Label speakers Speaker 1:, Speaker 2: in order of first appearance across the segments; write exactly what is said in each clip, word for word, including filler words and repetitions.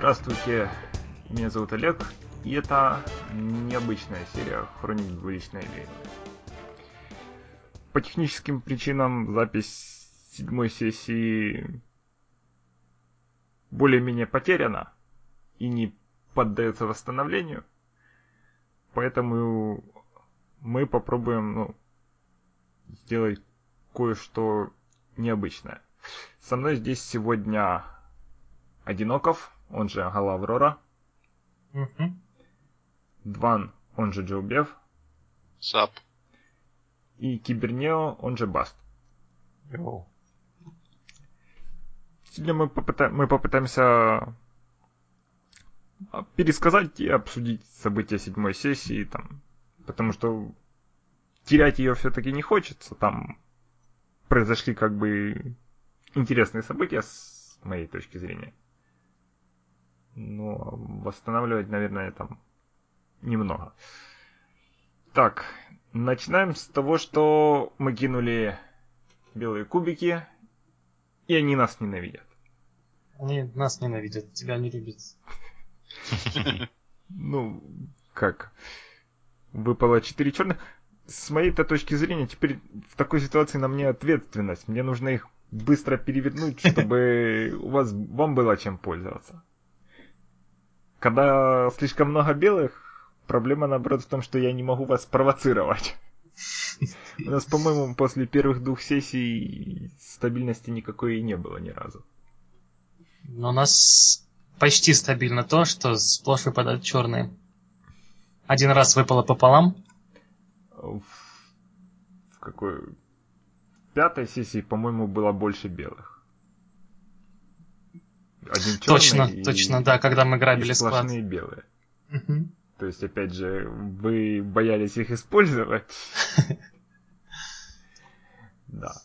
Speaker 1: Здравствуйте, меня зовут Олег, и это необычная серия «Хроники двуличной Лейлы». По техническим причинам запись седьмой сессии более-менее потеряна и не поддается восстановлению, поэтому мы попробуем ну, сделать кое-что необычное. Со мной здесь сегодня Одиноков, он же Гала Аврора.
Speaker 2: Mm-hmm.
Speaker 1: Дван, он же Джоубев.
Speaker 3: Сап.
Speaker 1: И Кибернео, он же Баст.
Speaker 2: Yo.
Speaker 1: Сегодня мы, попыта- мы попытаемся пересказать и обсудить события седьмой сессии, там, потому что терять ее все-таки не хочется. Там произошли как бы интересные события с моей точки зрения. Но восстанавливать, наверное, там немного. Так, начинаем с того, что мы кинули белые кубики, и они нас ненавидят.
Speaker 2: Они нас ненавидят, тебя не любят.
Speaker 1: Ну, как? Выпало четыре черных. С моей-то точки зрения, теперь в такой ситуации на мне ответственность. Мне нужно их быстро перевернуть, чтобы у вас, вам было чем пользоваться. Когда слишком много белых, проблема, наоборот, в том, что я не могу вас провоцировать. У нас, по-моему, после первых двух сессий стабильности никакой и не было ни разу.
Speaker 2: Но у нас почти стабильно то, что сплошь выпадают черные. Один раз выпало пополам.
Speaker 1: В какой... В пятой сессии, по-моему, было больше белых. Один черный
Speaker 2: Точно,
Speaker 1: и...
Speaker 2: точно, да, когда мы грабили
Speaker 1: и
Speaker 2: склад.
Speaker 1: сплошные белые.
Speaker 2: Угу.
Speaker 1: То есть, опять же, вы боялись их использовать. Да.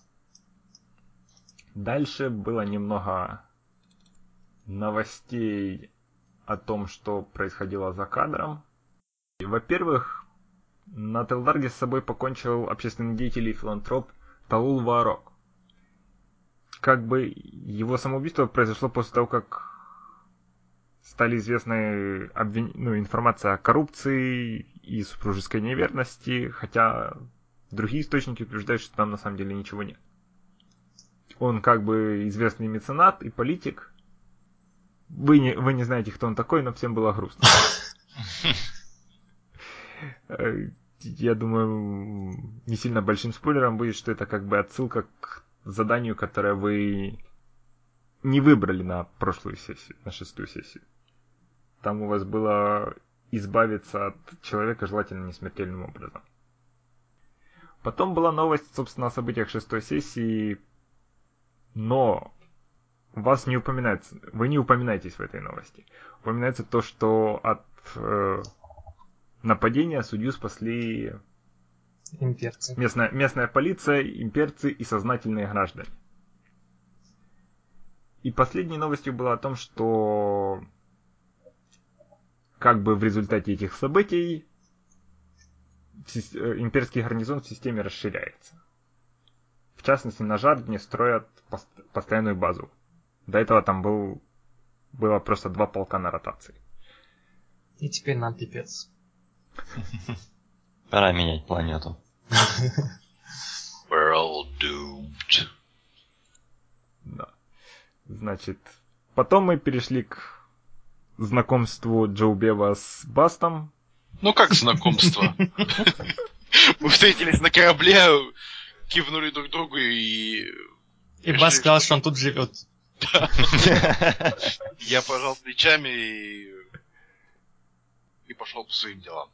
Speaker 1: Дальше было немного новостей о том, что происходило за кадром. И, во-первых, на Телдарге с собой покончил общественный деятель и филантроп Таул Ваарок. Как бы его самоубийство произошло после того, как стали известны обвин... ну, информация о коррупции и супружеской неверности, хотя другие источники утверждают, что там на самом деле ничего нет. Он как бы известный меценат и политик. Вы не, вы не знаете, кто он такой, но всем было грустно. Я думаю, не сильно большим спойлером будет, что это как бы отсылка к заданию, которое вы не выбрали на прошлую сессию, на шестую сессию. Там у вас было избавиться от человека, желательно не смертельным образом. Потом была новость, собственно, о событиях шестой сессии, но вас не упоминается, вы не упоминаетесь в этой новости. Упоминается то, что от э, нападения судью спасли
Speaker 2: Имперцы.
Speaker 1: Местная, местная полиция, имперцы и сознательные граждане. И последней новостью было о том, что как бы в результате этих событий имперский гарнизон в системе расширяется. В частности, на Жардне строят постоянную базу. До этого там был, было просто два полка на ротации.
Speaker 2: И теперь нам пипец.
Speaker 3: Пора менять планету. We're all doomed.
Speaker 1: Да. Значит, потом мы перешли к знакомству Джоубева с Бастом.
Speaker 3: Ну как знакомство? Мы встретились на корабле, кивнули друг другу и...
Speaker 2: И Бас сказал, что он тут живет.
Speaker 3: Я пожал плечами и... и пошел по своим делам.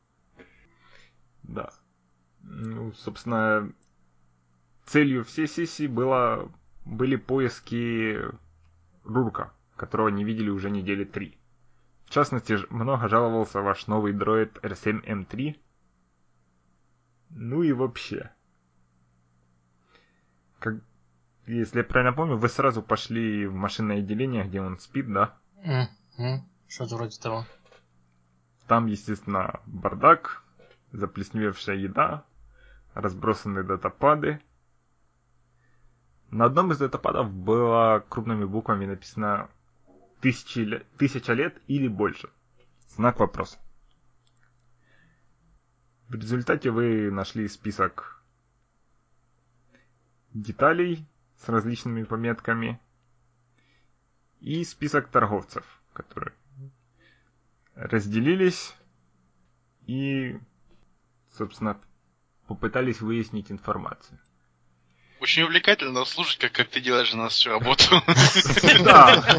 Speaker 1: Да. Ну, собственно, целью всей сессии было, были поиски Рурка, которого не видели уже недели три. В частности, много жаловался ваш новый дроид эр семь эм три. Ну и вообще. Как... Если я правильно помню, вы сразу пошли в машинное отделение, где он спит, да?
Speaker 2: Mm-hmm. Что-то вроде того.
Speaker 1: Там, естественно, бардак, заплесневевшая еда, разбросанные датапады. На одном из датападов было крупными буквами написано тысячи, тысяча лет или больше? Знак вопроса. В результате вы нашли список деталей с различными пометками и список торговцев, которые разделились и, собственно, попытались выяснить информацию.
Speaker 3: Очень увлекательно слушать, как, как ты делаешь у нас всю работу.
Speaker 1: Да.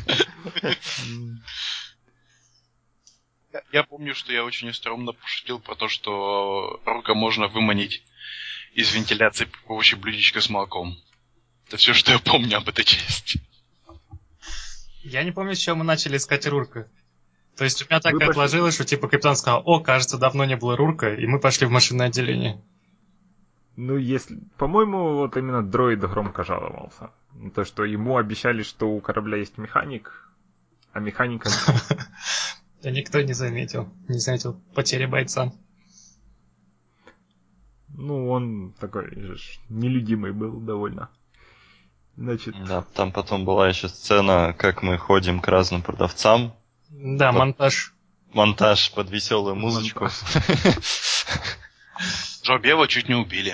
Speaker 3: Я помню, что я очень остроумно пошутил про то, что Рука можно выманить из вентиляции при помощи блюдечка с молоком. Это все, что я помню об этой части.
Speaker 2: Я не помню, с чего мы начали искать Рурка. То есть у меня так
Speaker 1: Вы
Speaker 2: и
Speaker 1: пошли-
Speaker 2: отложилось, что типа капитан сказал: о, кажется, давно не было Рурка, и мы пошли в машинное отделение.
Speaker 1: Ну, если... По-моему, вот именно дроид громко жаловался. На то, что ему обещали, что у корабля есть механик, а механика...
Speaker 2: Да никто не заметил. Не заметил потери бойца.
Speaker 1: Ну, он такой же ж нелюдимый был довольно. Значит,
Speaker 4: Да, там потом была еще сцена, как мы ходим к разным продавцам.
Speaker 2: Да,
Speaker 4: Под-
Speaker 2: монтаж.
Speaker 4: Монтаж под веселую музычку.
Speaker 3: Джо Бева чуть не убили.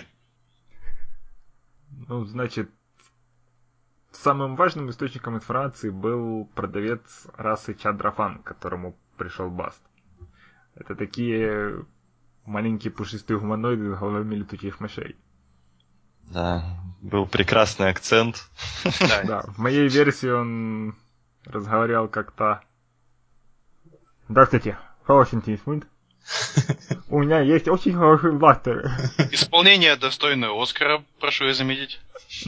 Speaker 1: ну, значит, самым важным источником информации был продавец расы Чадрафан, к которому пришел Баст. Это такие маленькие пушистые гуманоиды с головами летучих мышей.
Speaker 4: Да, был прекрасный акцент.
Speaker 3: Да.
Speaker 1: Да, в моей версии он разговаривал как-то... Здравствуйте, хороший интересует. У меня есть очень хороший бластер.
Speaker 3: Исполнение достойное Оскара, прошу я заметить.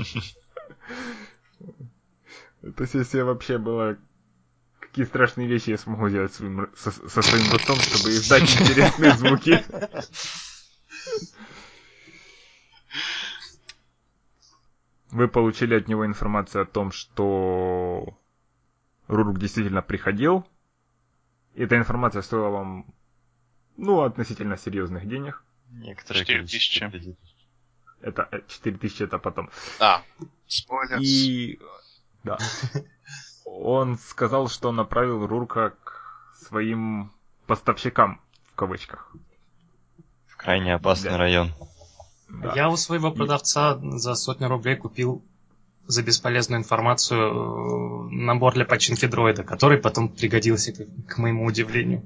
Speaker 1: Эта сессия вообще была... Какие страшные вещи я смогу делать своим, р- со, со своим ртом, чтобы издать интересные звуки. Вы получили от него информацию о том, что Рурк действительно приходил. И эта информация стоила вам, ну, относительно серьезных денег.
Speaker 4: Некоторые
Speaker 3: Четыре
Speaker 4: количество
Speaker 3: тысячи.
Speaker 4: кредитов.
Speaker 1: Это э, четыре тысячи, это потом.
Speaker 3: А, спойлер.
Speaker 1: И... Да. Он сказал, что направил Рурка к своим поставщикам, в кавычках.
Speaker 4: В крайне опасный
Speaker 1: Да.
Speaker 4: район.
Speaker 1: Да.
Speaker 2: Я у своего
Speaker 1: И-
Speaker 2: продавца за сотню рублей купил за бесполезную информацию э, набор для починки дроида, который потом пригодился, к, к моему удивлению.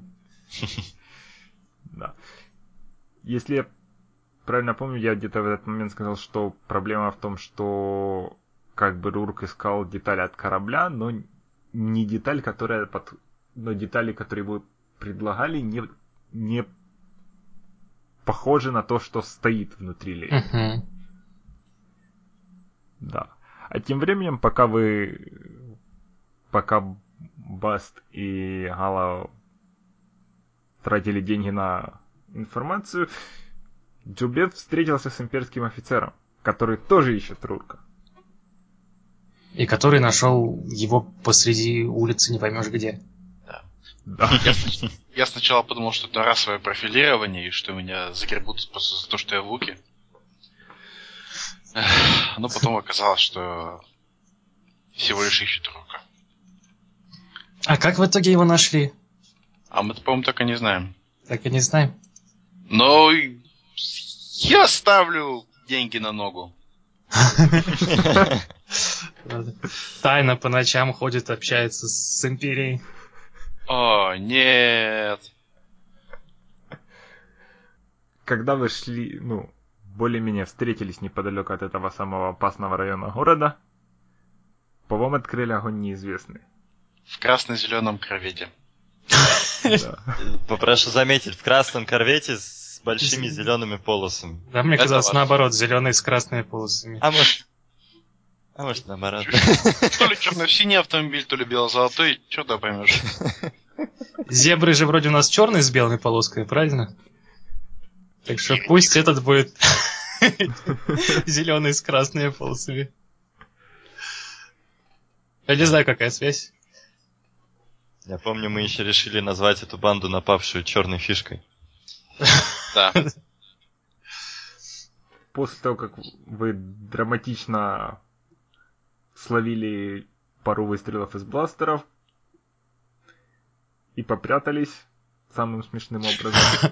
Speaker 1: Да. Если я правильно помню, я где-то в этот момент сказал, что проблема в том, что как бы Рурк искал детали от корабля, но не деталь, которая под... но детали, которые его предлагали, не, не похожи на то, что стоит внутри лейки.
Speaker 2: Мгм.
Speaker 1: Да. А тем временем, пока вы... Пока Баст и Гала тратили деньги на информацию, Джубет встретился с имперским офицером, который тоже ищет Рурка.
Speaker 2: И который нашел его посреди улицы, не поймешь где.
Speaker 1: Да.
Speaker 3: Я, с- я сначала подумал, что это расовое профилирование, и что меня загребут просто за то, что я в Вуке. Эх, но потом оказалось, что всего лишь ищут Рука.
Speaker 2: А как в итоге его нашли?
Speaker 3: А мы-то, по-моему, так и не знаем.
Speaker 2: Так и не знаем.
Speaker 3: Но я ставлю деньги на ногу.
Speaker 2: Тайно по ночам ходит, общается с империей.
Speaker 3: О, нет.
Speaker 1: Когда вы шли, ну, более-менее встретились неподалеку от этого самого опасного района города, по вам открыли огонь неизвестные.
Speaker 3: В красно-зеленом корвете.
Speaker 1: Да.
Speaker 4: Попрошу заметить, в красном корвете с большими зелеными полосами.
Speaker 2: Да, мне
Speaker 3: Это
Speaker 2: казалось,
Speaker 3: важно.
Speaker 2: наоборот, зеленый с красными полосами.
Speaker 4: А может... А может наоборот.
Speaker 3: То ли черно-синий автомобиль, то ли бело-золотой, что ты поймешь.
Speaker 2: Зебры же вроде у нас черные с белыми полосками, правильно? Так что пусть этот будет зеленый с красными полосами. Я не знаю, какая связь.
Speaker 4: Я помню, мы еще решили назвать эту банду напавшую черной фишкой.
Speaker 3: Да.
Speaker 1: После того, как вы драматично словили пару выстрелов из бластеров, и попрятались самым смешным образом.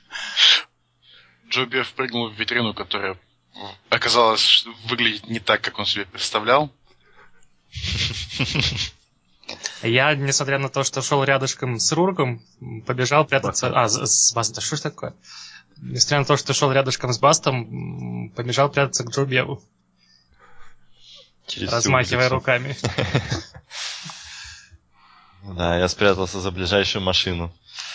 Speaker 3: Джо Беф прыгнул в витрину, которая оказалось, что выглядит не так, как он себе представлял.
Speaker 2: Я, несмотря на то, что шел рядышком с Рургом, побежал прятаться... А, с, с Бастом, что ж такое? Несмотря на то, что шел рядышком с Бастом, побежал прятаться к Джо Беву.
Speaker 4: Через
Speaker 2: размахивая руками.
Speaker 4: Да, я спрятался за ближайшую машину.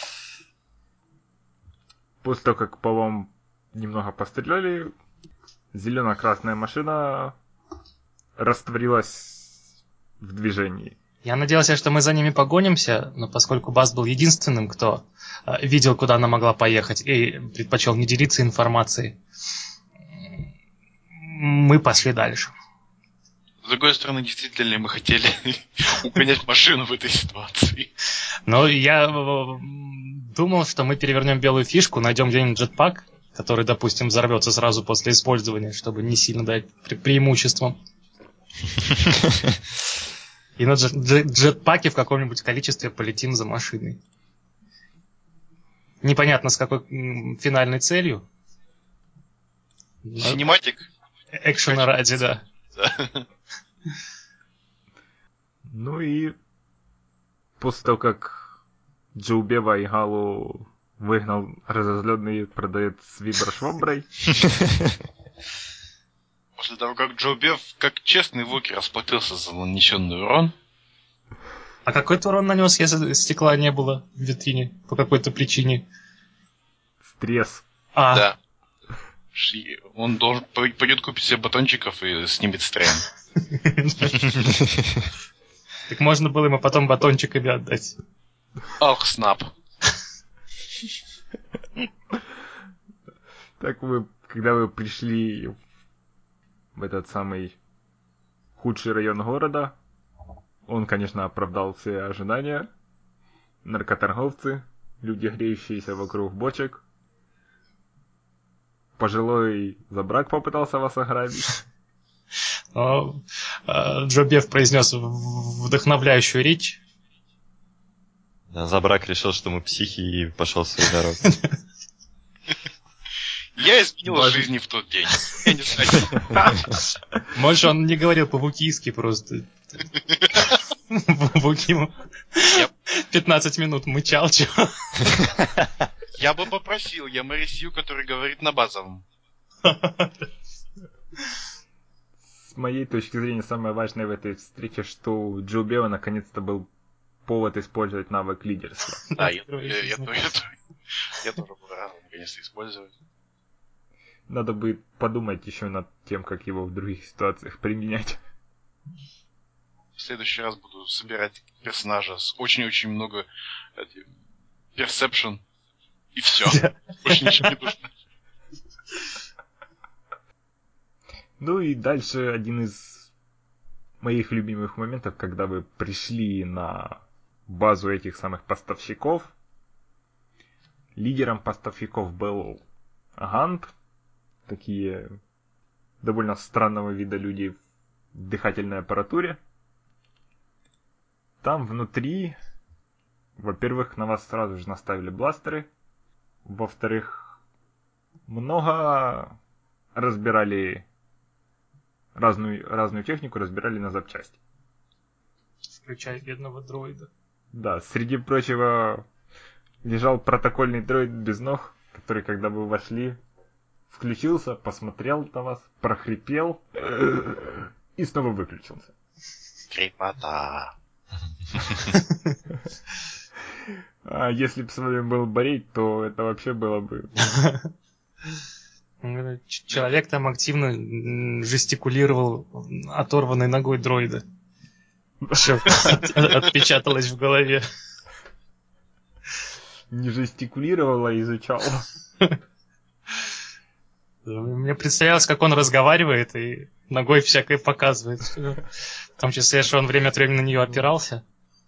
Speaker 1: После того, как по вам немного постреляли, зелено-красная машина растворилась в движении.
Speaker 2: Я надеялся, что мы за ними погонимся, но поскольку Баст был единственным, кто э, видел, куда она могла поехать, и предпочел не делиться информацией, мы пошли дальше.
Speaker 3: С другой стороны, действительно, мы хотели угонять машину в этой ситуации.
Speaker 2: Но я э, думал, что мы перевернем белую фишку, найдем где-нибудь джетпак, который, допустим, взорвется сразу после использования, чтобы не сильно дать пре- преимущество. И на джет- джет- джетпаке в каком-нибудь количестве полетим за машиной. Непонятно, с какой м, финальной целью. Но
Speaker 3: Синематик.
Speaker 2: экшена ради, да.
Speaker 1: Ну и после того, как Джо Бева и Галу выгнал разозленный продавец с виброшваброй,
Speaker 3: После того, как Джо Беф, как честный вокер, расплатился за нанесенный урон.
Speaker 2: А какой-то урон нанес, если стекла не было в витрине по какой-то причине?
Speaker 1: стресс.
Speaker 2: А,
Speaker 3: Да. Ши- Он должен пойдет купить себе батончиков и снимет стрейн.
Speaker 2: так можно было ему потом батончиками отдать.
Speaker 3: Ах, снап.
Speaker 1: Так вы, когда вы пришли в этот самый худший район города, он, конечно, оправдал все ожидания. Наркоторговцы, люди, греющиеся вокруг бочек. Пожилой забрак попытался вас ограбить.
Speaker 2: Но, э, Джо Беф произнес в- вдохновляющую речь.
Speaker 4: Да, Забрак решил, что мы психи, и пошел своей дорогой.
Speaker 3: Я изменил
Speaker 1: Важно.
Speaker 3: жизни в тот день. Я не знаю.
Speaker 2: Может, он не говорил по-вукийски просто. Вуки ему
Speaker 3: Я,
Speaker 2: пятнадцать минут мычал, чего.
Speaker 3: я бы попросил, я Мэри Сью, который говорит на базовом.
Speaker 1: С моей точки зрения, самое важное в этой встрече, что у Джо Бева наконец-то был повод использовать навык лидерства.
Speaker 3: Да, я, я, я, я, я, я тоже был рад наконец-то использовать.
Speaker 1: Надо будет подумать еще над тем, как его в других ситуациях применять.
Speaker 3: В следующий раз буду собирать персонажа с очень-очень много эти, perception и все. Больше ничего не нужно.
Speaker 1: Ну и дальше один из моих любимых моментов, когда вы пришли на базу этих самых поставщиков. Лидером поставщиков был Гант. Такие довольно странного вида люди в дыхательной аппаратуре. Там внутри, во-первых, на вас сразу же наставили бластеры. Во-вторых, много разбирали разную, разную технику, разбирали на запчасти.
Speaker 2: Включая бедного дроида.
Speaker 1: Да, среди прочего лежал протокольный дроид без ног, который, когда вы вошли, включился, посмотрел на вас, прохрипел и снова выключился.
Speaker 3: Крепота.
Speaker 1: А если бы с вами был Борей, то это вообще было бы...
Speaker 2: Ч- Человек там активно м, жестикулировал оторванной ногой дроида. Всё от- отпечаталось в голове.
Speaker 1: Не жестикулировал, а изучал.
Speaker 2: Мне представлялось, как он разговаривает и ногой всякое показывает. В том числе, что он время от времени на нее опирался.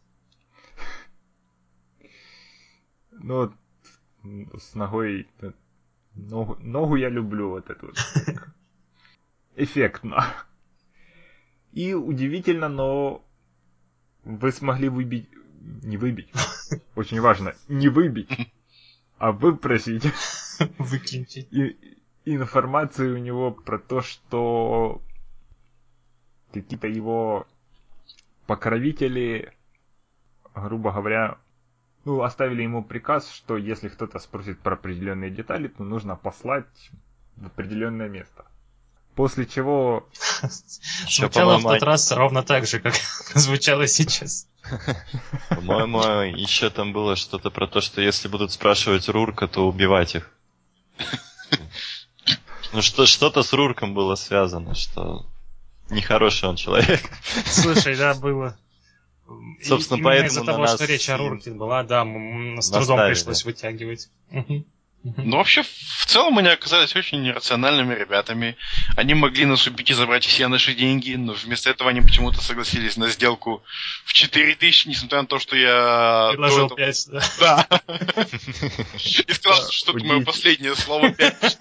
Speaker 1: Ну, вот с ногой... Ногу, ногу я люблю вот эту вот. Эффектно. И удивительно, но вы смогли выбить, не выбить. Очень важно, не выбить, а выпросить.
Speaker 2: Выклинчить.
Speaker 1: И, информацию у него про то, что какие-то его покровители, грубо говоря, ну, оставили ему приказ, что если кто-то спросит про определенные детали, то нужно послать в определенное место. После чего...
Speaker 2: Звучало в тот раз ровно так же, как звучало сейчас.
Speaker 4: По-моему, еще там было что-то про то, что если будут спрашивать Рурка, то убивать их. Ну что, что-то с Рурком было связано, что нехороший он человек.
Speaker 2: Слушай, да, было.
Speaker 4: Собственно,
Speaker 2: и,
Speaker 4: поэтому
Speaker 2: из-за
Speaker 4: на
Speaker 2: того,
Speaker 4: нас
Speaker 2: что речь о Рурке была, да, м- с трудом
Speaker 4: наставили.
Speaker 2: пришлось вытягивать. Угу.
Speaker 3: Ну, вообще, в целом они оказались очень нерациональными ребятами. Они могли нас убить и забрать все наши деньги, но вместо этого они почему-то согласились на сделку в четыре тысячи, несмотря на то, что я...
Speaker 2: Предложил
Speaker 3: этого...
Speaker 2: пять, да.
Speaker 3: Да. И сказал, что это мое последнее слово пять.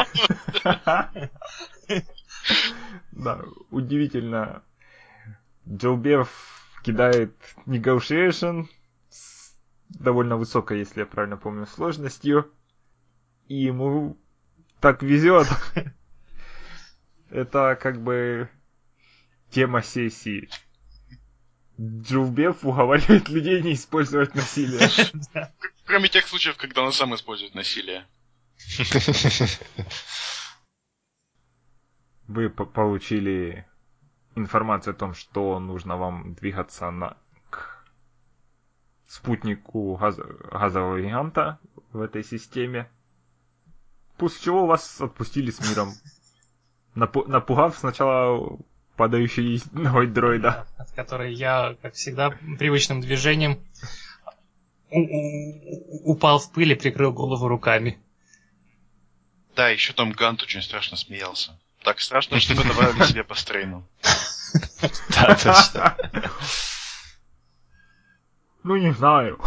Speaker 1: Да, удивительно. Джилбев кидает negotiation с довольно высокой, если я правильно помню, сложностью. И ему так везет. Это как бы тема сессии. Джилбев уговаривает людей не использовать насилие.
Speaker 3: Кроме тех случаев, когда он сам использует насилие.
Speaker 1: Вы по- получили информацию о том, что нужно вам двигаться на... к спутнику газ... газового гиганта в этой системе. После чего вас отпустили с миром. Напу- напугав сначала падающей ногой дроида.
Speaker 2: От которой я, как всегда, привычным движением у- у- упал в пыль и прикрыл голову руками.
Speaker 3: Да, еще там Гант очень страшно смеялся. Так страшно, что мы добавили себе по стрейну.
Speaker 4: Да, точно.
Speaker 1: Ну, не знаю.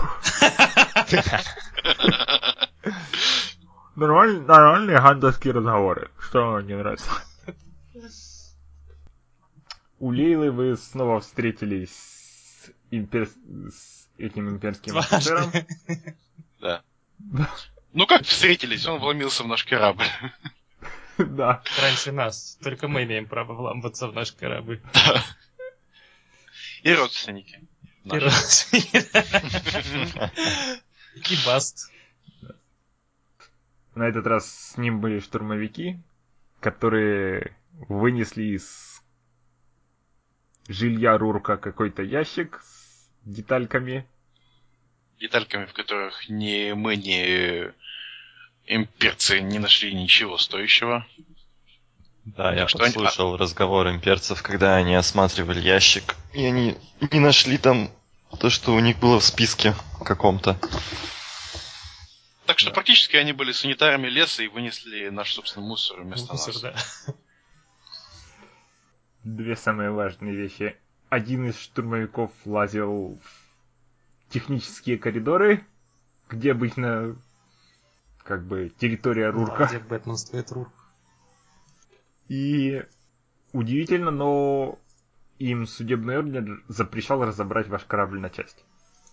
Speaker 1: Нормаль... Нормальные гандовские разговоры. Что вам не нравится? У Лейлы вы снова встретились с, импер... с этим имперским
Speaker 2: Дважды.
Speaker 1: офицером.
Speaker 3: Да. Ну как встретились? Он вломился в наш корабль.
Speaker 1: Да.
Speaker 2: Раньше нас. Только мы имеем право вламываться в наш корабль.
Speaker 3: И родственники.
Speaker 2: И родственники. И Баст.
Speaker 1: На этот раз с ним были штурмовики, которые вынесли из жилья Рурка какой-то ящик с детальками.
Speaker 3: Детальками, в которых ни мы, ни имперцы не нашли ничего стоящего.
Speaker 4: Да, я
Speaker 3: Что
Speaker 4: подслушал они... разговор имперцев, когда они осматривали ящик, и они не нашли там то, что у них было в списке каком-то.
Speaker 3: Так что
Speaker 1: Да.
Speaker 3: практически они были санитарами леса и вынесли наш собственный мусор вместо
Speaker 2: Мусор,
Speaker 3: нас.
Speaker 2: да.
Speaker 1: Две самые важные вещи. Один из штурмовиков лазил в технические коридоры, где обычно как бы территория Рурка.
Speaker 2: Где Бэтмен стоит Рурк.
Speaker 1: И удивительно, но им судебный ордер запрещал разобрать ваш корабль на части.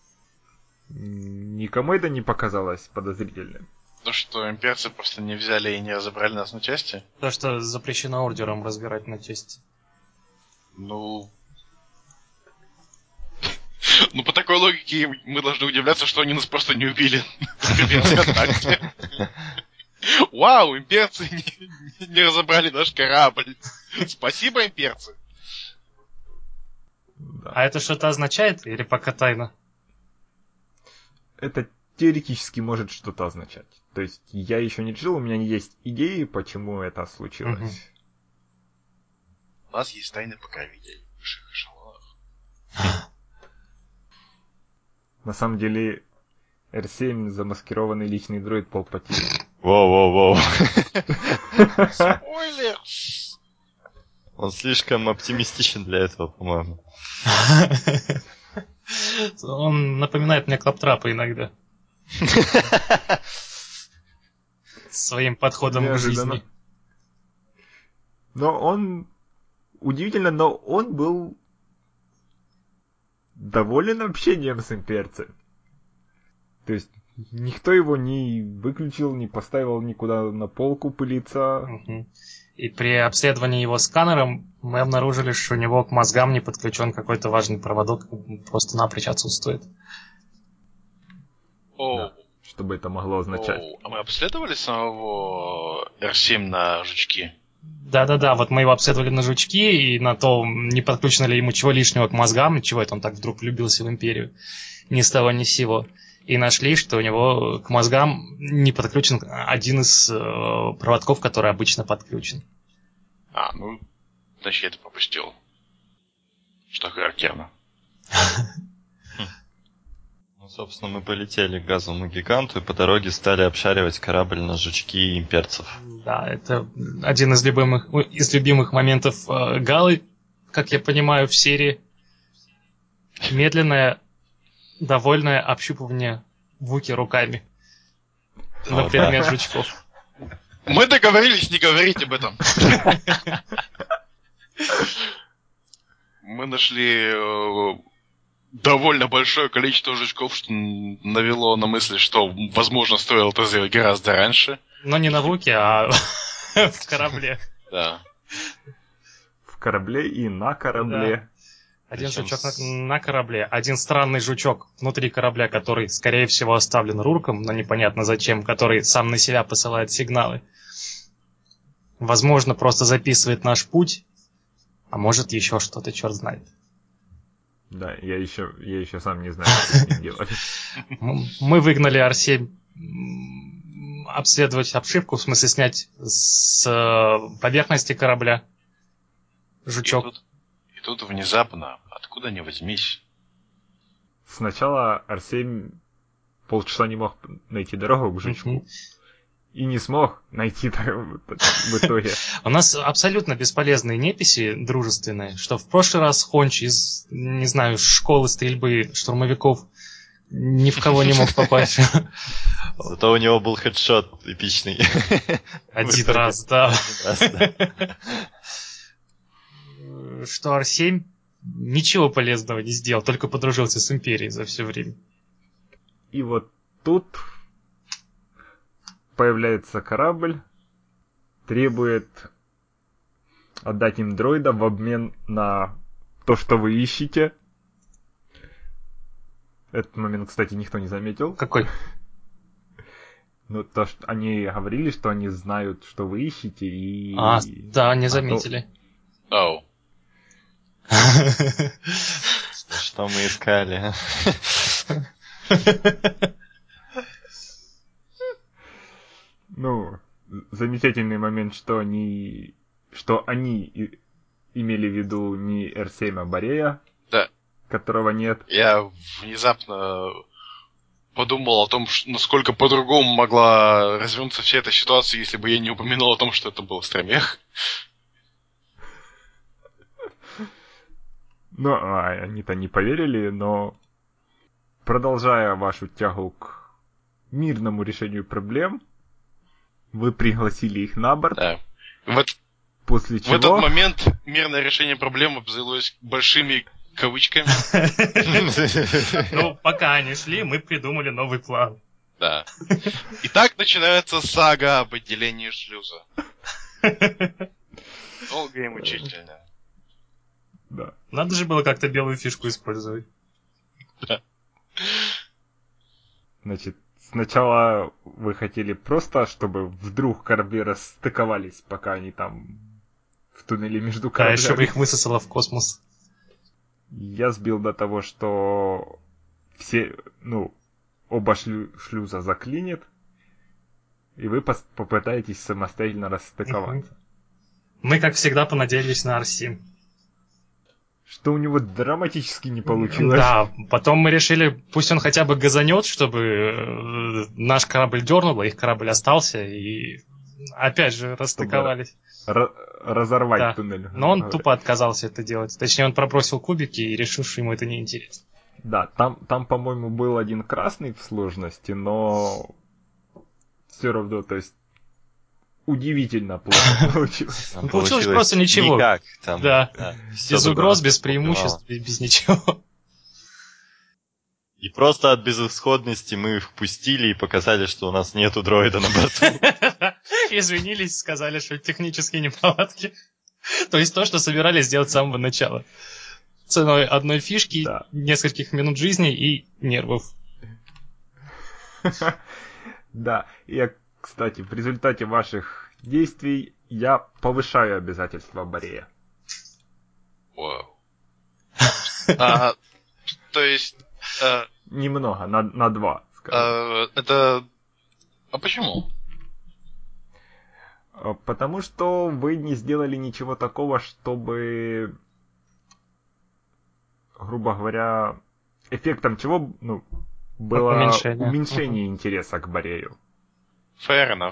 Speaker 1: Никому это не показалось подозрительным.
Speaker 3: То, что имперцы просто не взяли и не разобрали нас на части?
Speaker 2: То, что запрещено ордером разбирать на части.
Speaker 3: Ну... Ну, по такой логике мы должны удивляться, что они нас просто не убили на контакте. Вау, имперцы не, не разобрали наш корабль. Спасибо, имперцы.
Speaker 1: Да.
Speaker 2: А это что-то означает или пока тайна?
Speaker 1: Это теоретически может что-то означать. То есть я еще не решил, у меня есть идеи, почему это случилось.
Speaker 2: Мгм.
Speaker 3: У нас есть тайны покровителей в высших эшелонах.
Speaker 1: На самом деле эр семь замаскированный личный дроид Палпатина.
Speaker 4: Воу-воу-воу.
Speaker 3: Спойлер!
Speaker 4: Он слишком оптимистичен для этого, по-моему.
Speaker 2: Он напоминает мне Клаптрапа иногда. Своим подходом к
Speaker 1: Неожиданно.
Speaker 2: жизни.
Speaker 1: Но он... Удивительно, но он был доволен общением с имперцем. То есть никто его не выключил, не поставил никуда на полку пылиться.
Speaker 2: Угу. И при обследовании его сканером мы обнаружили, что у него к мозгам не подключен какой-то важный проводок, просто напрочь отсутствует.
Speaker 3: Оу.
Speaker 1: Да, что бы это могло означать?
Speaker 3: Оу. А мы обследовали самого эр семь на жучки?
Speaker 2: Да-да-да, вот мы его обследовали на жучки и на то, не подключено ли ему чего лишнего к мозгам, чего это он так вдруг влюбился в империю, ни с того ни с сего. И нашли, что у него к мозгам не подключен один из э, проводков, который обычно подключен.
Speaker 3: А, ну, значит, я это пропустил. Что характерно.
Speaker 4: Ну, собственно, мы полетели к газовому гиганту и по дороге стали обшаривать корабль на жучки имперцев.
Speaker 2: Да, это один из любимых, из любимых моментов э, Галы, как я понимаю, в серии. Медленное, довольное общупывание Вуки руками на
Speaker 4: О,
Speaker 2: предмет
Speaker 4: да.
Speaker 2: жучков.
Speaker 3: Мы договорились не говорить об этом. Мы нашли э, довольно большое количество жучков, что навело на мысль, что, возможно, стоило это сделать гораздо раньше.
Speaker 2: Но не на Вуке, а в корабле.
Speaker 3: Да.
Speaker 1: В корабле и на корабле.
Speaker 2: Один
Speaker 4: Причем
Speaker 2: жучок
Speaker 4: с-
Speaker 2: на, на корабле, один странный жучок внутри корабля, который, скорее всего, оставлен Рурком, но непонятно зачем, который сам на себя посылает сигналы. Возможно, просто записывает наш путь, а может еще что-то, черт знает.
Speaker 1: Да, я еще, я еще сам не знаю, что с ним делать.
Speaker 2: М- Мы выгнали ар семь м, обследовать обшивку, в смысле снять с э, поверхности корабля
Speaker 3: И
Speaker 2: жучок.
Speaker 3: тут, и тут внезапно, откуда ни возьмись,
Speaker 1: Сначала ар семь полчаса не мог найти дорогу к жучку.
Speaker 2: Мгм.
Speaker 1: И не смог найти в итоге.
Speaker 2: У нас абсолютно бесполезные неписи дружественные, что в прошлый раз Хонч из, не знаю, школы стрельбы штурмовиков ни в кого не мог попасть.
Speaker 4: Зато у него был хедшот эпичный.
Speaker 2: Один
Speaker 4: итоге.
Speaker 2: раз, да.
Speaker 4: Один раз, да.
Speaker 2: Что ар семь ничего полезного не сделал, только подружился с Империей за все время.
Speaker 1: И вот тут появляется корабль, требует отдать им дроида в обмен на то, что вы ищете. Этот момент, кстати, никто не заметил.
Speaker 2: Какой?
Speaker 1: Ну, то, что они говорили, что они знают, что вы ищете, и...
Speaker 2: А, да, не
Speaker 1: А то-
Speaker 2: заметили.
Speaker 3: оу,
Speaker 4: Что мы искали?
Speaker 1: Ну, замечательный момент, что они... Что они и- имели в виду не эр семь, а Борея,
Speaker 3: да.
Speaker 1: которого нет.
Speaker 3: Я внезапно подумал о том, ш- насколько по-другому могла развернуться вся эта ситуация, если бы я не упомянул о том, что это был Стромех.
Speaker 1: Ну, а, они-то не поверили, но продолжая вашу тягу к мирному решению проблем, вы пригласили их на борт,
Speaker 3: Да. В, эт-
Speaker 1: после
Speaker 3: в
Speaker 1: чего...
Speaker 3: этот момент мирное решение проблемы обзавелось большими кавычками.
Speaker 2: Ну, пока они шли, мы придумали новый план.
Speaker 3: Да. И так начинается сага об отделении шлюза. Долго и мучительно.
Speaker 1: Да.
Speaker 2: Надо же было как-то белую фишку использовать.
Speaker 1: Значит, сначала вы хотели просто, чтобы вдруг корабли расстыковались, пока они там в туннеле между
Speaker 2: Да,
Speaker 1: кораблями.
Speaker 2: еще бы их высосало в космос.
Speaker 1: Я сбил до того, что все, ну, оба шлю- шлюза заклинит, и вы пос- попытаетесь самостоятельно расстыковаться.
Speaker 2: Мы, как всегда, понадеялись на ар семь.
Speaker 1: Что у него драматически не получилось.
Speaker 2: Да, потом мы решили, пусть он хотя бы газанет, чтобы э, наш корабль дернуло, их корабль остался, и опять же расстыковались.
Speaker 1: Р- разорвать
Speaker 2: Да.
Speaker 1: туннель.
Speaker 2: Но он тупо отказался это делать. Точнее, он пробросил кубики и решил, что ему это неинтересно.
Speaker 1: Да, там, там, по-моему, был один красный в сложности, но все равно, то есть, удивительно плохо получилось.
Speaker 4: Там
Speaker 2: Ну, получилось просто ничего.
Speaker 4: Никак. Там,
Speaker 2: Да.
Speaker 4: всё
Speaker 2: Без
Speaker 4: бы
Speaker 2: угроз,
Speaker 4: просто
Speaker 2: без
Speaker 4: убивало.
Speaker 2: преимуществ, без без ничего.
Speaker 4: И просто от безысходности мы их впустили и показали, что у нас нету дроида на борту.
Speaker 2: Извинились, сказали, что технические неполадки. То есть то, что собирались сделать с самого начала. Ценой одной фишки,
Speaker 1: Да.
Speaker 2: нескольких минут жизни и нервов.
Speaker 1: Да, и, кстати, в результате ваших действий я повышаю обязательства Борея.
Speaker 3: Вау. А, то есть... а,
Speaker 1: Немного, на, на два, скажем.
Speaker 3: а, это... А почему?
Speaker 1: А, Потому что вы не сделали ничего такого, чтобы, грубо говоря, эффектом чего, ну, было
Speaker 2: Уменьшение.
Speaker 1: уменьшение интереса к Борею.
Speaker 3: Fair enough.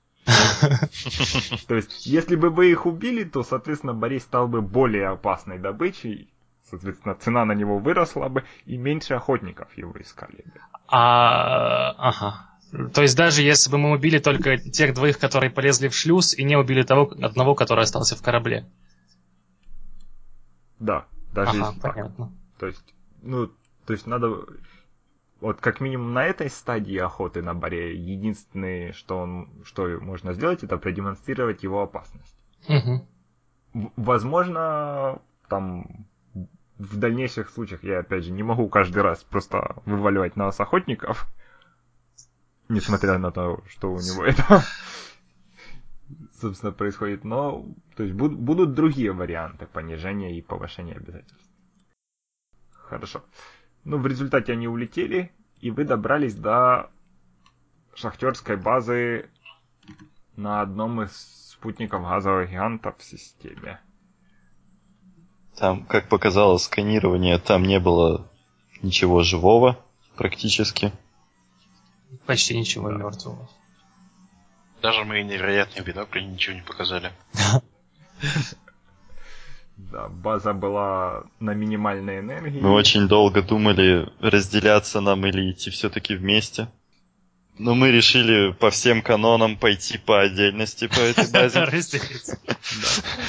Speaker 1: То есть, если бы вы их убили, то, соответственно, Борей стал бы более опасной добычей. Соответственно, цена на него выросла бы, и меньше охотников его искали бы.
Speaker 2: А, ага. То есть даже если бы мы убили только тех двоих, которые полезли в шлюз, и не убили того одного, который остался в корабле.
Speaker 1: Да, даже
Speaker 2: Ага,
Speaker 1: если так.
Speaker 2: понятно.
Speaker 1: То есть, ну, то есть надо... Вот как минимум на этой стадии охоты на Борея единственное, что, он, что можно сделать, это продемонстрировать его опасность.
Speaker 2: Угу.
Speaker 1: В- возможно, там в дальнейших случаях я, опять же, не могу каждый раз просто вываливать на нас охотников, несмотря на то, что у него это, собственно, происходит. Но, то есть, буд- будут другие варианты понижения и повышения обязательств. Хорошо. Ну, в результате они улетели, и вы добрались до шахтерской базы на одном из спутников газового гиганта в системе.
Speaker 4: Там, как показало сканирование, там не было ничего живого практически.
Speaker 2: Почти ничего
Speaker 1: Да.
Speaker 2: мертвого.
Speaker 3: Даже мои невероятные бинокли ничего не показали.
Speaker 1: Да, база была на минимальной энергии.
Speaker 4: Мы очень долго думали, разделяться нам или идти все-таки вместе. Но мы решили по всем канонам пойти по отдельности по этой базе.
Speaker 2: Разделиться.
Speaker 1: Да.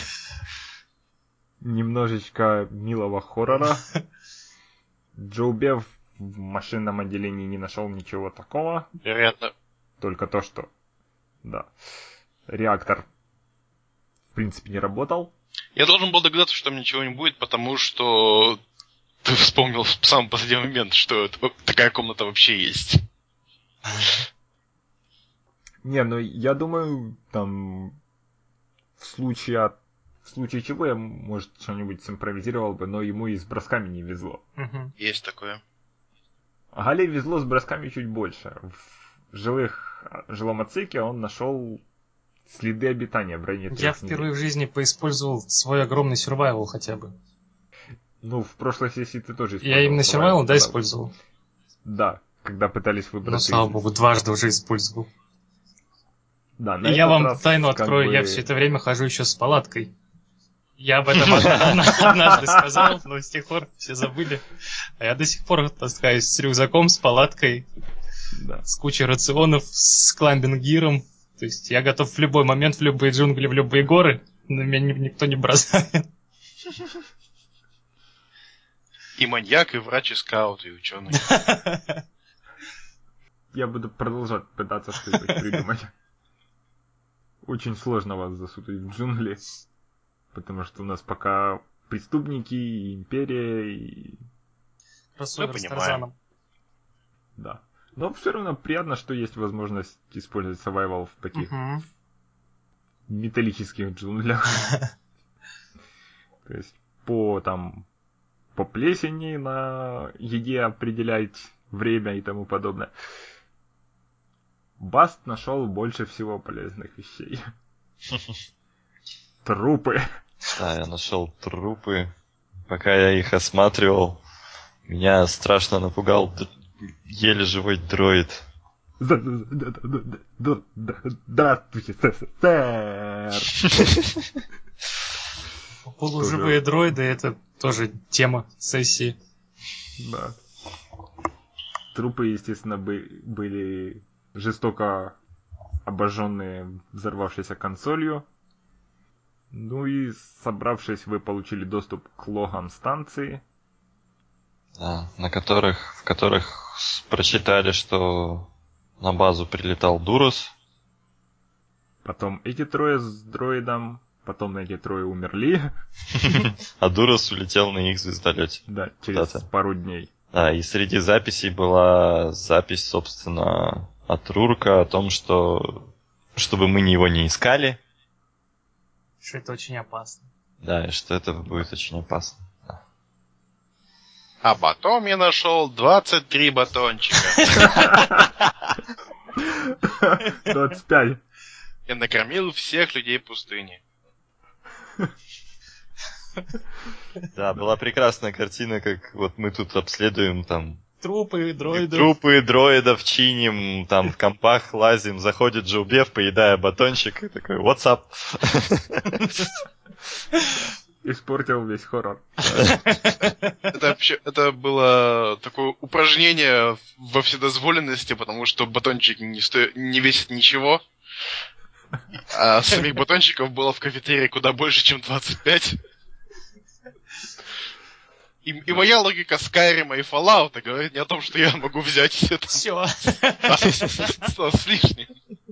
Speaker 1: Немножечко милого хоррора. Джоу Бев в машинном отделении не нашел ничего такого.
Speaker 3: Вероятно.
Speaker 1: Только то, что... Да. Реактор, в принципе, не работал.
Speaker 3: Я должен был догадаться, что там ничего не будет, потому что ты вспомнил в самый последний момент, что это- такая комната вообще есть.
Speaker 1: Не, ну я думаю, там в случае от... в случае чего я, может, что-нибудь симпровизировал бы, но ему и с бросками не везло.
Speaker 2: Мгм.
Speaker 3: Есть такое.
Speaker 1: А Гале везло с бросками чуть больше. В жилых, жилом отсеке он нашел следы обитания в районе
Speaker 2: Я
Speaker 1: трех
Speaker 2: впервые в
Speaker 1: недель.
Speaker 2: жизни поиспользовал свой огромный survival хотя бы.
Speaker 1: Ну, в прошлой сессии ты тоже использовал.
Speaker 2: Я именно
Speaker 1: survival,
Speaker 2: survival, да,
Speaker 1: когда-
Speaker 2: использовал?
Speaker 1: Да, когда пытались
Speaker 2: Ну,
Speaker 1: выбраться
Speaker 2: слава
Speaker 1: из...
Speaker 2: богу, дважды уже использовал.
Speaker 1: Да, на
Speaker 2: И я
Speaker 1: этот
Speaker 2: вам
Speaker 1: раз,
Speaker 2: тайну
Speaker 1: как
Speaker 2: открою,
Speaker 1: бы...
Speaker 2: я все это время хожу еще с палаткой. Я об этом одна- одна- однажды сказал, но с тех пор все забыли. А я до сих пор таскаюсь с рюкзаком, с палаткой,
Speaker 1: Да.
Speaker 2: с кучей рационов, с кламбинг-гиром. То есть я готов в любой момент, в любые джунгли, в любые горы, но меня ни- никто не бросает.
Speaker 3: И маньяк, и врач, и скаут, и ученый.
Speaker 1: Я буду продолжать пытаться что-нибудь придумать. Очень сложно вас засунуть в джунгли, потому что у нас пока преступники, и империя, и...
Speaker 2: Кроссовер с
Speaker 3: понимаем.
Speaker 2: Тарзаном.
Speaker 1: Да. Но все равно приятно, что есть возможность использовать survival в таких
Speaker 2: Мгм.
Speaker 1: металлических джунглях. То есть по там по плесени на еде определять время и тому подобное. Баст нашел больше всего полезных вещей. Трупы.
Speaker 4: Да, я нашел трупы. Пока я их осматривал, меня страшно напугал д- еле живой дроид.
Speaker 1: Здравствуйте, сэр.
Speaker 2: Полуживые дроиды — это тоже тема сессии.
Speaker 1: Да. Трупы, естественно, бы- были жестоко обожженные взорвавшейся консолью. Ну и собравшись, вы получили доступ к логам станции.
Speaker 4: Да, на которых, в которых прочитали, что на базу прилетал Дурос.
Speaker 1: Потом эти трое с дроидом, потом эти трое умерли.
Speaker 4: А Дурос улетел на их звездолете.
Speaker 1: Да, через
Speaker 4: Куда-то.
Speaker 1: пару дней.
Speaker 4: Да, и среди записей была запись, собственно, от Рурка о том, что чтобы мы его не искали.
Speaker 2: Что это очень опасно.
Speaker 4: Да, и что это будет очень опасно.
Speaker 3: А потом я нашел двадцать три батончика.
Speaker 1: двадцать пять.
Speaker 3: Я накормил всех людей пустыни.
Speaker 4: Да, была прекрасная картина, как вот мы тут обследуем там
Speaker 2: Трупы, дроиды.
Speaker 4: трупы дроидов чиним, там в компах лазим, заходит Джилбев, поедая батончик, и такой, what's up?
Speaker 1: Испортил весь хоррор.
Speaker 3: Это вообще, это было такое упражнение во вседозволенности, потому что батончики не, сто... не весят ничего. А самих батончиков было в кафетерии куда больше, чем двадцать пять. И, и моя логика Скайрима и Fallout говорит не о том, что я могу взять все это.
Speaker 2: Все.
Speaker 3: С лишним.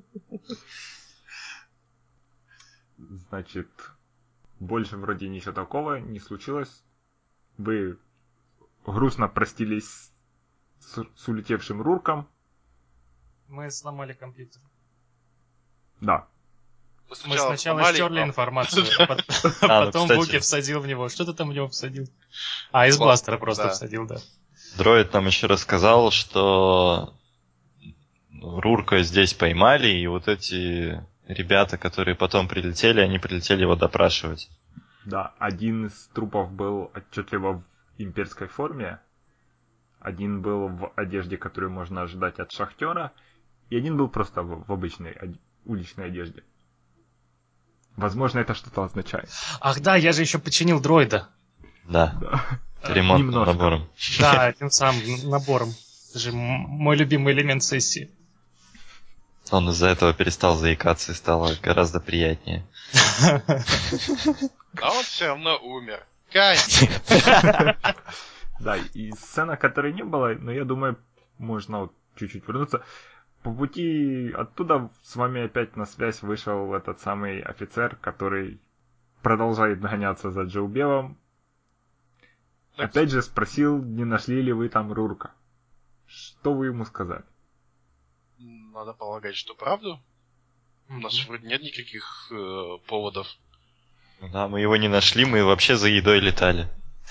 Speaker 1: Значит, больше вроде ничего такого не случилось. Вы грустно простились с, с улетевшим Рурком.
Speaker 2: Мы сломали компьютер.
Speaker 1: Да.
Speaker 2: Мы сначала стерли информацию, а потом Буки всадил в него. Что ты там в него всадил? А, из бластера просто всадил, да.
Speaker 4: Дроид нам еще рассказал, что Рурка здесь поймали, и вот эти ребята, которые потом прилетели, они прилетели его допрашивать.
Speaker 1: Да, один из трупов был отчетливо в имперской форме, один был в одежде, которую можно ожидать от шахтера, и один был просто в, в обычной од... уличной одежде. Возможно, это что-то означает.
Speaker 2: Ах да, я же еще починил дроида.
Speaker 4: Да,
Speaker 1: да.
Speaker 4: ремонтным
Speaker 1: Немножко.
Speaker 4: набором.
Speaker 2: Да, этим самым набором. Это же мой любимый элемент сессии.
Speaker 4: Он из-за этого перестал заикаться и стало гораздо приятнее.
Speaker 3: А он все равно умер. Конечно.
Speaker 1: Да, и сцена, которой не было, но я думаю, можно вот чуть-чуть вернуться. По пути оттуда с вами опять на связь вышел этот самый офицер, который продолжает гоняться за Джилбевом. Опять же спросил, не нашли ли вы там Рурка. Что вы ему сказали?
Speaker 3: Надо полагать, что правду. У нас вроде нет никаких э, поводов.
Speaker 4: Да, мы его не нашли, мы вообще за едой летали.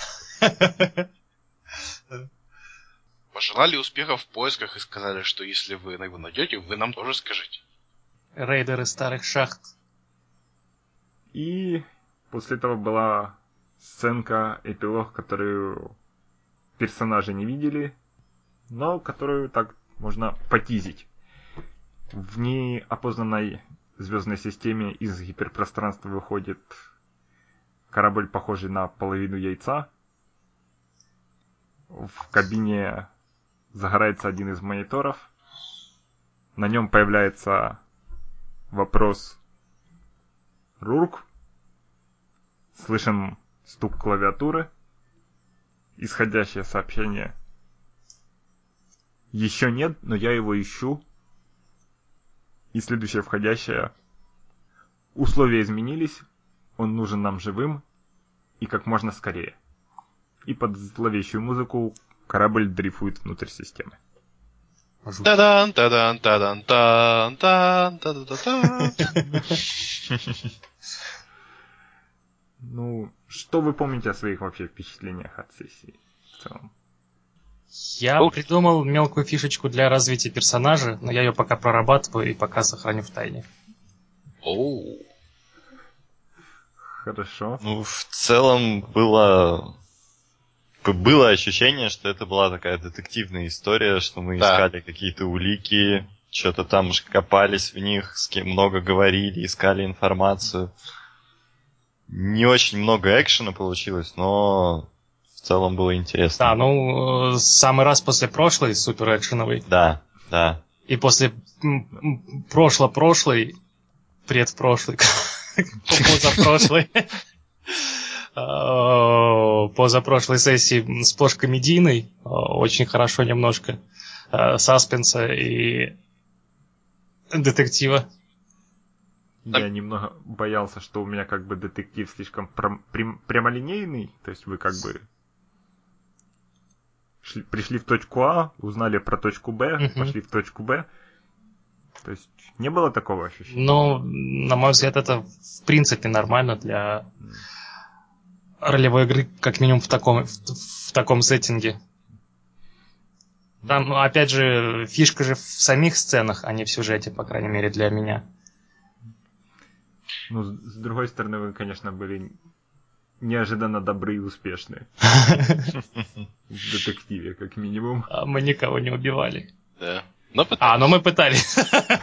Speaker 3: Пожелали успехов в поисках и сказали, что если вы его найдете, вы нам тоже скажите.
Speaker 2: Рейдеры старых шахт.
Speaker 1: И после этого была сценка, эпилог, которую персонажи не видели, но которую так можно потизить. В неопознанной звездной системе из гиперпространства выходит корабль, похожий на половину яйца. В кабине загорается один из мониторов. На нем появляется вопрос «Рурк». Слышим стук клавиатуры. Исходящее сообщение. Еще нет, но я его ищу. И следующее входящее. Условия изменились. Он нужен нам живым. И как можно скорее. И под зловещую музыку корабль дрейфует внутрь системы.
Speaker 3: Тадан, тадан, тадан, тадан, тадан, тадан, тадан.
Speaker 1: Ну, что вы помните о своих вообще впечатлениях от сессии в целом?
Speaker 2: Я придумал мелкую фишечку для развития персонажа, но я ее пока прорабатываю и пока сохраню в тайне.
Speaker 3: Оу.
Speaker 1: Хорошо.
Speaker 4: Ну, в целом было... Было ощущение, что это была такая детективная история, что мы
Speaker 3: Да.
Speaker 4: искали какие-то улики, что-то там же копались в них, с кем много говорили, искали информацию. Не очень много экшена получилось, но в целом было интересно.
Speaker 2: Да, ну, э, самый раз после прошлой супер экшеновой
Speaker 4: Да, да.
Speaker 2: и после м, м, прошло-прошлой, предпрошлой, позапрошлой. по позапрошлой сессии сплошь комедийный, очень хорошо немножко саспенса и детектива.
Speaker 1: Я немного боялся, что у меня как бы детектив слишком прям, прям, прямолинейный, то есть вы как бы шли, пришли в точку А, узнали про точку Б, uh-huh. пошли в точку Б. То есть не было такого ощущения?
Speaker 2: Ну, на мой взгляд, это в принципе нормально для mm. ролевой игры, как минимум в таком, в, в таком сеттинге. Там, опять же, фишка же в самих сценах, а не в сюжете, по крайней мере, для меня.
Speaker 1: Ну, с другой стороны, вы, конечно, были неожиданно добры и успешны. В детективе, как минимум.
Speaker 2: А мы никого не убивали.
Speaker 3: Да.
Speaker 2: Но а, но мы пытались.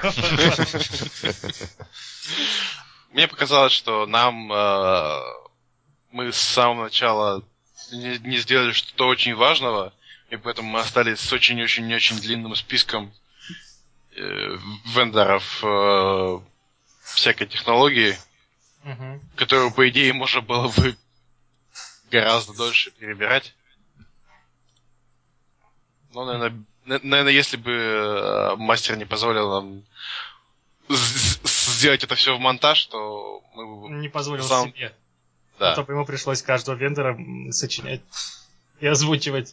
Speaker 3: Мне показалось, что нам э, мы с самого начала не, не сделали что-то очень важного, и поэтому мы остались с очень-очень-очень длинным списком э, вендоров э, всякой технологии,
Speaker 2: угу.
Speaker 3: которую, по идее, можно было бы гораздо дольше перебирать. Ну, наверное, наверное, если бы э, мастер не позволил нам сделать это все в монтаж, то мы бы...
Speaker 2: Не позволил
Speaker 3: сам...
Speaker 2: себе.
Speaker 3: Да.
Speaker 2: А то бы ему пришлось каждого вендора сочинять и озвучивать.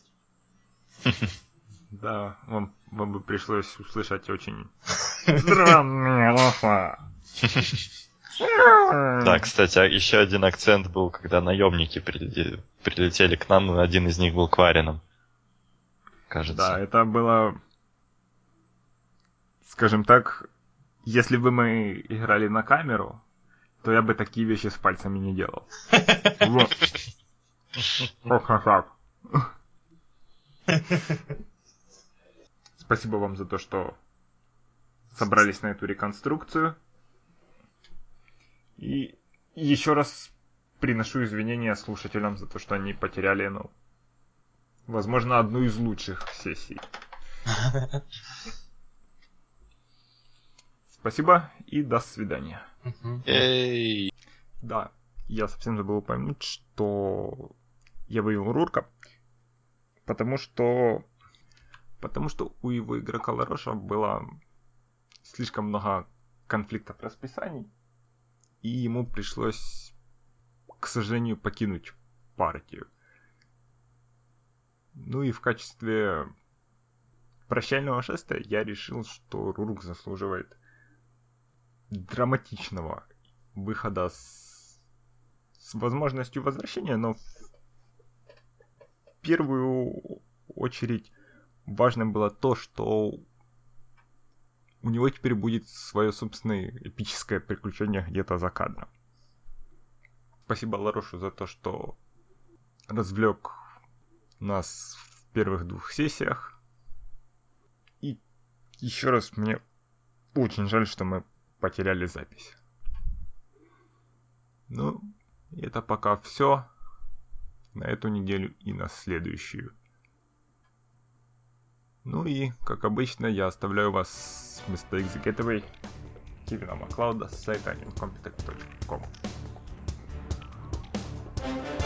Speaker 1: Да, вам, вам бы пришлось услышать очень странные голоса.
Speaker 4: Да, кстати, еще один акцент был, когда наемники прилетели, прилетели к нам, и один из них был Кварином. Кажется.
Speaker 1: Да, это было, скажем так, если бы мы играли на камеру, то я бы такие вещи с пальцами не делал. Вот. Спасибо вам за то, что собрались на эту реконструкцию. И еще раз приношу извинения слушателям за то, что они потеряли, ну, возможно, одну из лучших сессий. Спасибо и до свидания.
Speaker 3: Эй.
Speaker 1: Да, я совсем забыл упомянуть, что я вывел Рурка, потому что потому что у его игрока Лароша было слишком много конфликтов расписаний, и ему пришлось, к сожалению, покинуть партию. Ну и в качестве прощального жеста я решил, что Рурук заслуживает драматичного выхода с, с возможностью возвращения, но в первую очередь важным было то, что у него теперь будет свое собственное эпическое приключение где-то за кадром. Спасибо Ларошу за то, что развлек нас в первых двух сессиях. И еще раз мне очень жаль, что мы потеряли запись. Ну, это пока все на эту неделю и на следующую. Ну и, как обычно, я оставляю вас с мистер X Gateway Кевина Маклауда с сайта инкомпетент точка ком.